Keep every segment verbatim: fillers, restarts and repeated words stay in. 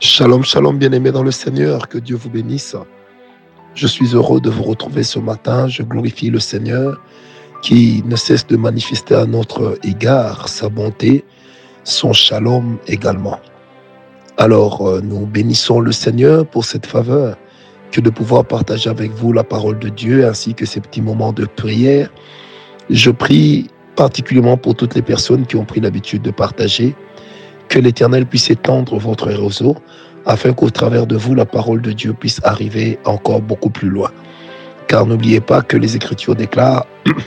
Shalom, shalom, bien-aimés dans le Seigneur, que Dieu vous bénisse. Je suis heureux de vous retrouver ce matin. Je glorifie le Seigneur qui ne cesse de manifester à notre égard sa bonté, son shalom également. Alors, euh, nous bénissons le Seigneur pour cette faveur que de pouvoir partager avec vous la parole de Dieu ainsi que ces petits moments de prière. Je prie particulièrement pour toutes les personnes qui ont pris l'habitude de partager, que l'Éternel puisse étendre votre réseau afin qu'au travers de vous, la parole de Dieu puisse arriver encore beaucoup plus loin. Car n'oubliez pas que les Écritures déclarent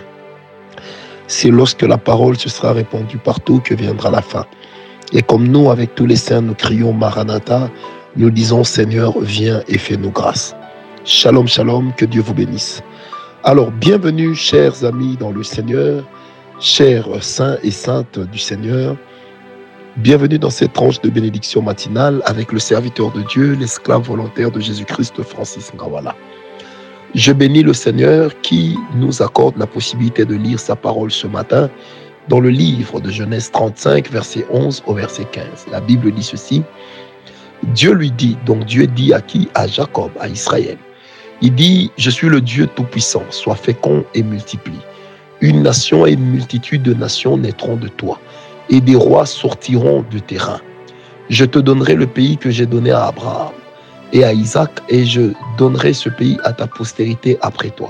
c'est lorsque la parole se sera répandue partout que viendra la fin. Et comme nous, avec tous les saints, nous crions Maranatha, nous disons Seigneur, viens et fais-nous grâce. Shalom, shalom, que Dieu vous bénisse. Alors, bienvenue, chers amis dans le Seigneur, chers saints et saintes du Seigneur. Bienvenue dans cette tranche de bénédiction matinale avec le serviteur de Dieu, l'esclave volontaire de Jésus-Christ, Francis Ngawala. Je bénis le Seigneur qui nous accorde la possibilité de lire sa parole ce matin dans le livre de Genèse trente-cinq, verset onze au verset quinze. La Bible dit ceci. Dieu lui dit, donc Dieu dit à qui? À Jacob, à Israël. Il dit, je suis le Dieu tout-puissant, sois fécond et multiplie. Une nation et une multitude de nations naîtront de toi, et des rois sortiront de tes reins. Je te donnerai le pays que j'ai donné à Abraham et à Isaac, et je donnerai ce pays à ta postérité après toi.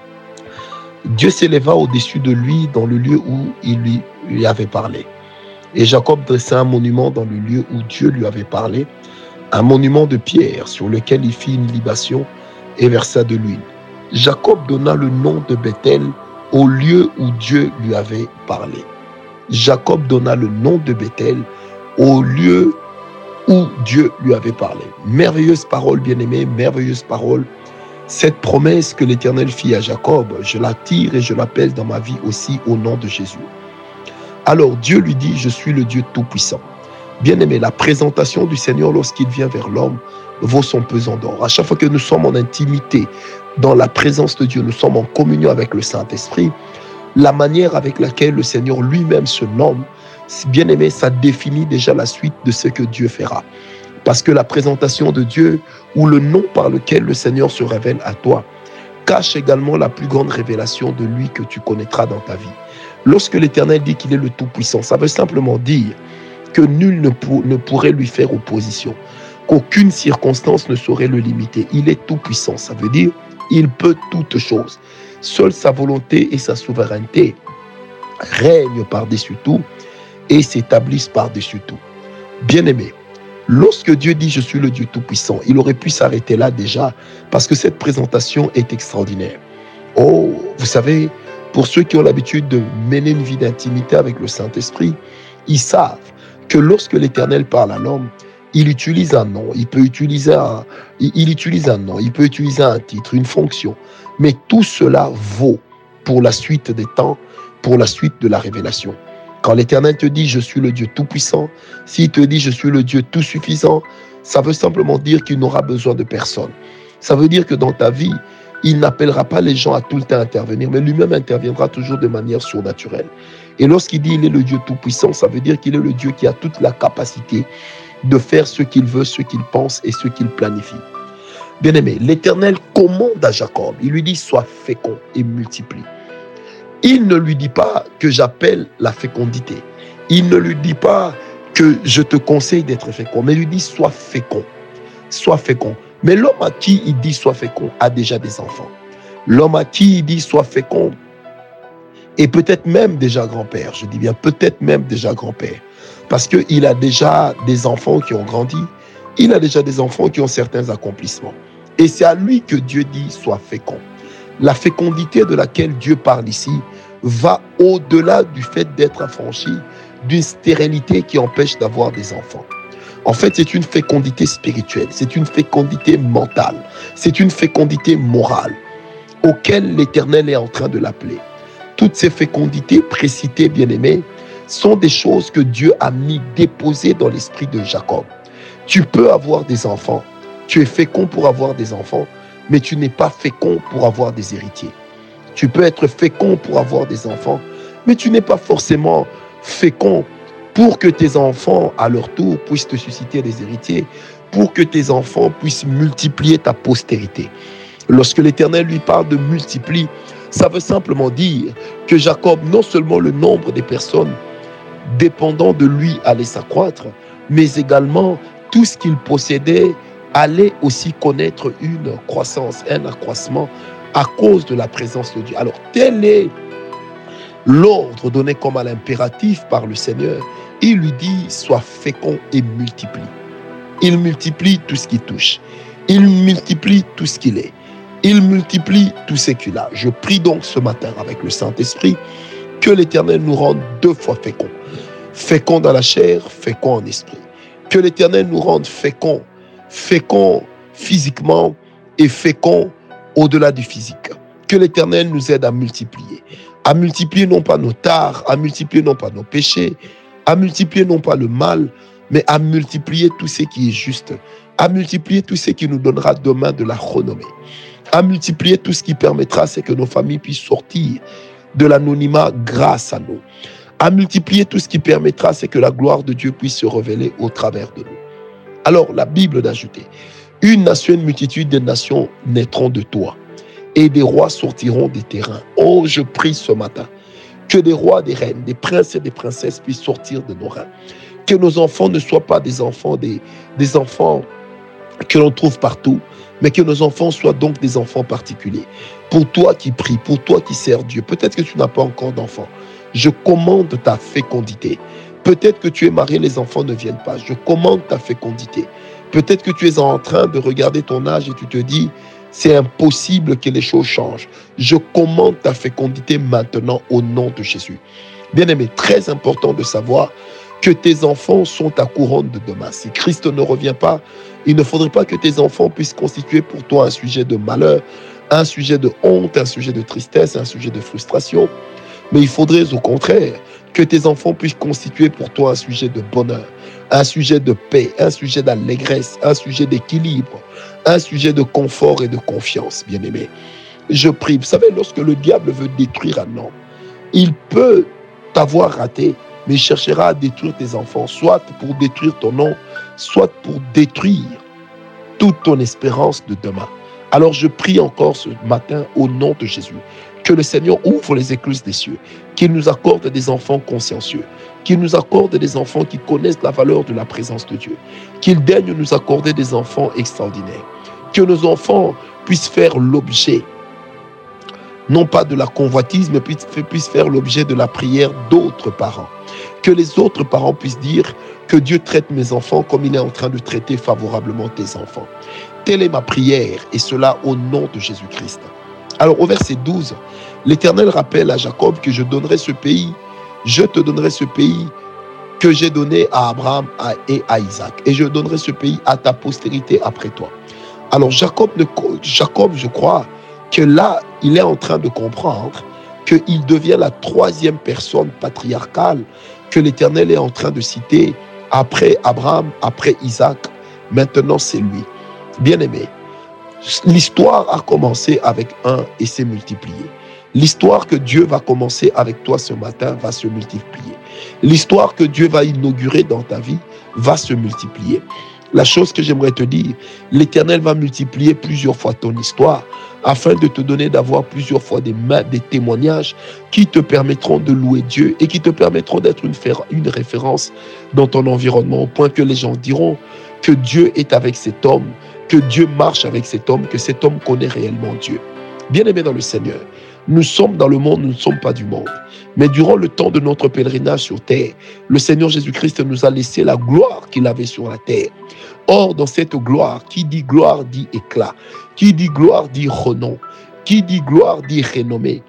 Dieu s'éleva au-dessus de lui dans le lieu où il lui, lui avait parlé. Et Jacob dressa un monument dans le lieu où Dieu lui avait parlé, un monument de pierre sur lequel il fit une libation et versa de l'huile. Jacob donna le nom de Bethel au lieu où Dieu lui avait parlé. Jacob donna le nom de Bethel au lieu où Dieu lui avait parlé. Merveilleuse parole, bien-aimée, merveilleuse parole. Cette promesse que l'Éternel fit à Jacob, je la tire et je l'appelle dans ma vie aussi au nom de Jésus. Alors Dieu lui dit, je suis le Dieu tout-puissant. Bien-aimé, la présentation du Seigneur lorsqu'il vient vers l'homme vaut son pesant d'or. À chaque fois que nous sommes en intimité, dans la présence de Dieu, nous sommes en communion avec le Saint-Esprit, la manière avec laquelle le Seigneur lui-même se nomme, bien aimé, ça définit déjà la suite de ce que Dieu fera. Parce que la présentation de Dieu ou le nom par lequel le Seigneur se révèle à toi cache également la plus grande révélation de lui que tu connaîtras dans ta vie. Lorsque l'Éternel dit qu'il est le Tout-Puissant, ça veut simplement dire que nul ne, pour, ne pourrait lui faire opposition, qu'aucune circonstance ne saurait le limiter. Il est Tout-Puissant, ça veut dire il peut toutes choses. Seule sa volonté et sa souveraineté règnent par-dessus tout et s'établissent par-dessus tout. Bien-aimé, lorsque Dieu dit « Je suis le Dieu Tout-Puissant », il aurait pu s'arrêter là déjà parce que cette présentation est extraordinaire. Oh, vous savez, pour ceux qui ont l'habitude de mener une vie d'intimité avec le Saint-Esprit, ils savent que lorsque l'Éternel parle à l'homme, il utilise un nom, il peut utiliser un, il utilise un nom, il peut utiliser un titre, une fonction. Mais tout cela vaut pour la suite des temps, pour la suite de la révélation. Quand l'Éternel te dit « Je suis le Dieu tout-puissant », s'il te dit « Je suis le Dieu tout-suffisant », ça veut simplement dire qu'il n'aura besoin de personne. Ça veut dire que dans ta vie, il n'appellera pas les gens à tout le temps intervenir, mais lui-même interviendra toujours de manière surnaturelle. Et lorsqu'il dit « Il est le Dieu tout-puissant », ça veut dire qu'il est le Dieu qui a toute la capacité de faire ce qu'il veut, ce qu'il pense et ce qu'il planifie. Bien-aimé, l'Éternel commande à Jacob. Il lui dit, sois fécond et multiplie. Il ne lui dit pas que j'appelle la fécondité. Il ne lui dit pas que je te conseille d'être fécond, mais il lui dit, sois fécond. Sois fécond. Mais l'homme à qui il dit, sois fécond, a déjà des enfants. L'homme à qui il dit, sois fécond, est peut-être même déjà grand-père. Je dis bien, peut-être même déjà grand-père. Parce qu'il a déjà des enfants qui ont grandi. Il a déjà des enfants qui ont certains accomplissements. Et c'est à lui que Dieu dit, sois fécond. La fécondité de laquelle Dieu parle ici va au-delà du fait d'être affranchi d'une stérilité qui empêche d'avoir des enfants. En fait, c'est une fécondité spirituelle, c'est une fécondité mentale, c'est une fécondité morale auquel l'Éternel est en train de l'appeler. Toutes ces fécondités précitées, bien-aimées, sont des choses que Dieu a mis déposées dans l'esprit de Jacob. Tu peux avoir des enfants, tu es fécond pour avoir des enfants, mais tu n'es pas fécond pour avoir des héritiers. Tu peux être fécond pour avoir des enfants, mais tu n'es pas forcément fécond pour que tes enfants, à leur tour, puissent te susciter des héritiers, pour que tes enfants puissent multiplier ta postérité. Lorsque l'Éternel lui parle de multiplie, ça veut simplement dire que Jacob, non seulement le nombre des personnes dépendant de lui allait s'accroître, mais également tout ce qu'il possédait allait aussi connaître une croissance, un accroissement à cause de la présence de Dieu. Alors, tel est l'ordre donné comme à l'impératif par le Seigneur. Il lui dit, sois fécond et multiplie. Il multiplie tout ce qu'il touche. Il multiplie tout ce qu'il est. Il multiplie tout ce qu'il a. Je prie donc ce matin avec le Saint-Esprit que l'Éternel nous rende deux fois féconds. Fécond dans la chair, fécond en esprit. Que l'Éternel nous rende fécond, fécond physiquement et fécond au-delà du physique. Que l'Éternel nous aide à multiplier. À multiplier non pas nos tares, à multiplier non pas nos péchés, à multiplier non pas le mal, mais à multiplier tout ce qui est juste, à multiplier tout ce qui nous donnera demain de la renommée, à multiplier tout ce qui permettra c'est que nos familles puissent sortir de l'anonymat grâce à nous, à multiplier tout ce qui permettra c'est que la gloire de Dieu puisse se révéler au travers de nous. Alors la Bible d'ajouter, une nation, une multitude de nations naîtront de toi et des rois sortiront des terrains. Oh, je prie ce matin que des rois, des reines, des princes et des princesses puissent sortir de nos reins. Que nos enfants ne soient pas des enfants, des, des enfants que l'on trouve partout, mais que nos enfants soient donc des enfants particuliers. Pour toi qui pries, pour toi qui sers Dieu, peut-être que tu n'as pas encore d'enfants, je commande ta fécondité. Peut-être que tu es marié, les enfants ne viennent pas, je commande ta fécondité. Peut-être que tu es en train de regarder ton âge et tu te dis, c'est impossible que les choses changent. Je commande ta fécondité maintenant au nom de Jésus. Bien-aimé, très important de savoir que tes enfants sont ta couronne de demain. Si Christ ne revient pas, il ne faudrait pas que tes enfants puissent constituer pour toi un sujet de malheur, un sujet de honte, un sujet de tristesse, un sujet de frustration. Mais il faudrait au contraire que tes enfants puissent constituer pour toi un sujet de bonheur, un sujet de paix, un sujet d'allégresse, un sujet d'équilibre, un sujet de confort et de confiance, bien-aimé. Je prie. Vous savez, lorsque le diable veut détruire un homme, il peut t'avoir raté, mais il cherchera à détruire tes enfants, soit pour détruire ton nom, soit pour détruire toute ton espérance de demain. Alors je prie encore ce matin au nom de Jésus, que le Seigneur ouvre les écluses des cieux, qu'il nous accorde des enfants consciencieux, qu'il nous accorde des enfants qui connaissent la valeur de la présence de Dieu, qu'il daigne nous accorder des enfants extraordinaires, que nos enfants puissent faire l'objet non pas de la convoitise, mais puissent faire l'objet de la prière d'autres parents. Que les autres parents puissent dire que Dieu traite mes enfants comme il est en train de traiter favorablement tes enfants. Telle est ma prière, et cela au nom de Jésus-Christ. Alors au verset douze, l'Éternel rappelle à Jacob que je donnerai ce pays, je te donnerai ce pays que j'ai donné à Abraham et à Isaac, et je donnerai ce pays à ta postérité après toi. Alors Jacob, Jacob, je crois que là, il est en train de comprendre qu'il devient la troisième personne patriarcale que l'Éternel est en train de citer après Abraham, après Isaac. Maintenant, c'est lui. Bien-aimé, l'histoire a commencé avec un et s'est multipliée. L'histoire que Dieu va commencer avec toi ce matin va se multiplier. L'histoire que Dieu va inaugurer dans ta vie va se multiplier. La chose que j'aimerais te dire, l'Éternel va multiplier plusieurs fois ton histoire afin de te donner d'avoir plusieurs fois des, mains, des témoignages qui te permettront de louer Dieu et qui te permettront d'être une, une référence dans ton environnement, au point que les gens diront que Dieu est avec cet homme, que Dieu marche avec cet homme, que cet homme connaît réellement Dieu. Bien-aimés dans le Seigneur, nous sommes dans le monde, nous ne sommes pas du monde. Mais durant le temps de notre pèlerinage sur terre, le Seigneur Jésus-Christ nous a laissé la gloire qu'il avait sur la terre. Or, dans cette gloire, qui dit gloire dit éclat, qui dit gloire dit renom, qui dit gloire dit renommée,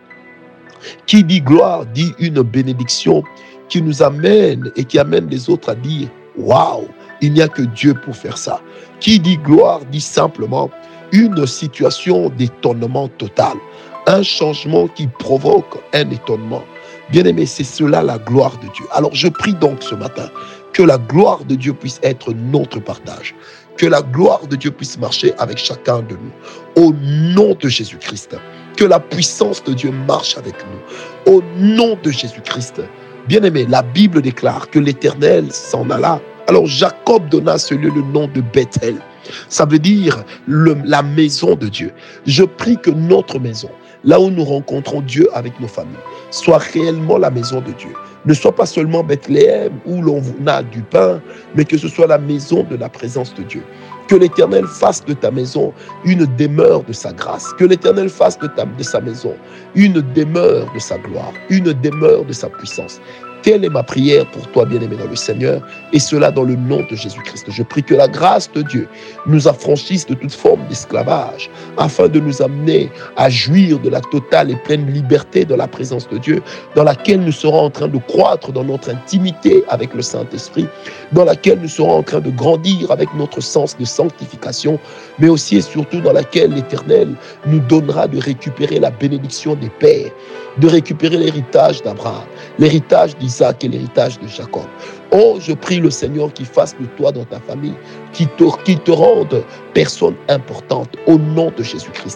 qui dit gloire dit une bénédiction qui nous amène et qui amène les autres à dire « Waouh, il n'y a que Dieu pour faire ça ». Qui dit gloire dit simplement une situation d'étonnement total, un changement qui provoque un étonnement. Bien-aimé, c'est cela la gloire de Dieu. Alors je prie donc ce matin que la gloire de Dieu puisse être notre partage, que la gloire de Dieu puisse marcher avec chacun de nous, au nom de Jésus-Christ. Que la puissance de Dieu marche avec nous, au nom de Jésus-Christ. Bien-aimé, la Bible déclare que l'Éternel s'en alla. Alors Jacob donna à ce lieu le nom de Bethel. Ça veut dire le, la maison de Dieu. Je prie que notre maison, là où nous rencontrons Dieu avec nos familles, soit réellement la maison de Dieu. Ne soit pas seulement Bethléem où l'on a du pain, mais que ce soit la maison de la présence de Dieu. Que l'Éternel fasse de ta maison une demeure de sa grâce. Que l'Éternel fasse de, ta, de sa maison une demeure de sa gloire, une demeure de sa puissance. Telle est ma prière pour toi, bien-aimé dans le Seigneur, et cela dans le nom de Jésus-Christ. Je prie que la grâce de Dieu nous affranchisse de toute forme d'esclavage, afin de nous amener à jouir de la totale et pleine liberté de la présence de Dieu, dans laquelle nous serons en train de croître dans notre intimité avec le Saint-Esprit, dans laquelle nous serons en train de grandir avec notre sens de sanctification, mais aussi et surtout dans laquelle l'Éternel nous donnera de récupérer la bénédiction des pères, de récupérer l'héritage d'Abraham, l'héritage d'Isaac et l'héritage de Jacob. Oh, je prie le Seigneur qui fasse de toi dans ta famille, qui te, qui te rende personne importante au nom de Jésus-Christ.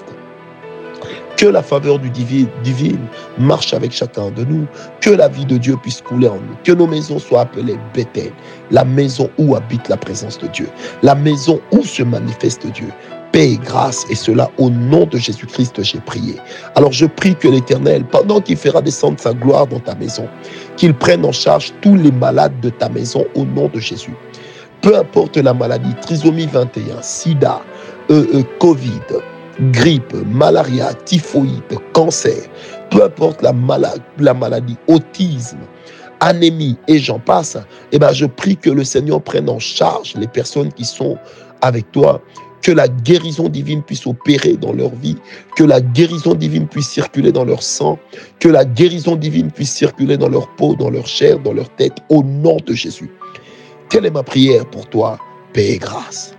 Que la faveur du divine, divine marche avec chacun de nous, que la vie de Dieu puisse couler en nous, que nos maisons soient appelées Bethel, la maison où habite la présence de Dieu, la maison où se manifeste Dieu. Paix et grâce, et cela au nom de Jésus-Christ, j'ai prié. Alors je prie que l'Éternel, pendant qu'il fera descendre sa gloire dans ta maison, qu'il prenne en charge tous les malades de ta maison au nom de Jésus. Peu importe la maladie, trisomie vingt et un, sida, euh, euh, Covid, grippe, malaria, typhoïde, cancer, peu importe la, mala- la maladie, autisme, anémie et j'en passe, eh ben je prie que le Seigneur prenne en charge les personnes qui sont avec toi, que la guérison divine puisse opérer dans leur vie, que la guérison divine puisse circuler dans leur sang, que la guérison divine puisse circuler dans leur peau, dans leur chair, dans leur tête, au nom de Jésus. Telle est ma prière pour toi, paix et grâce.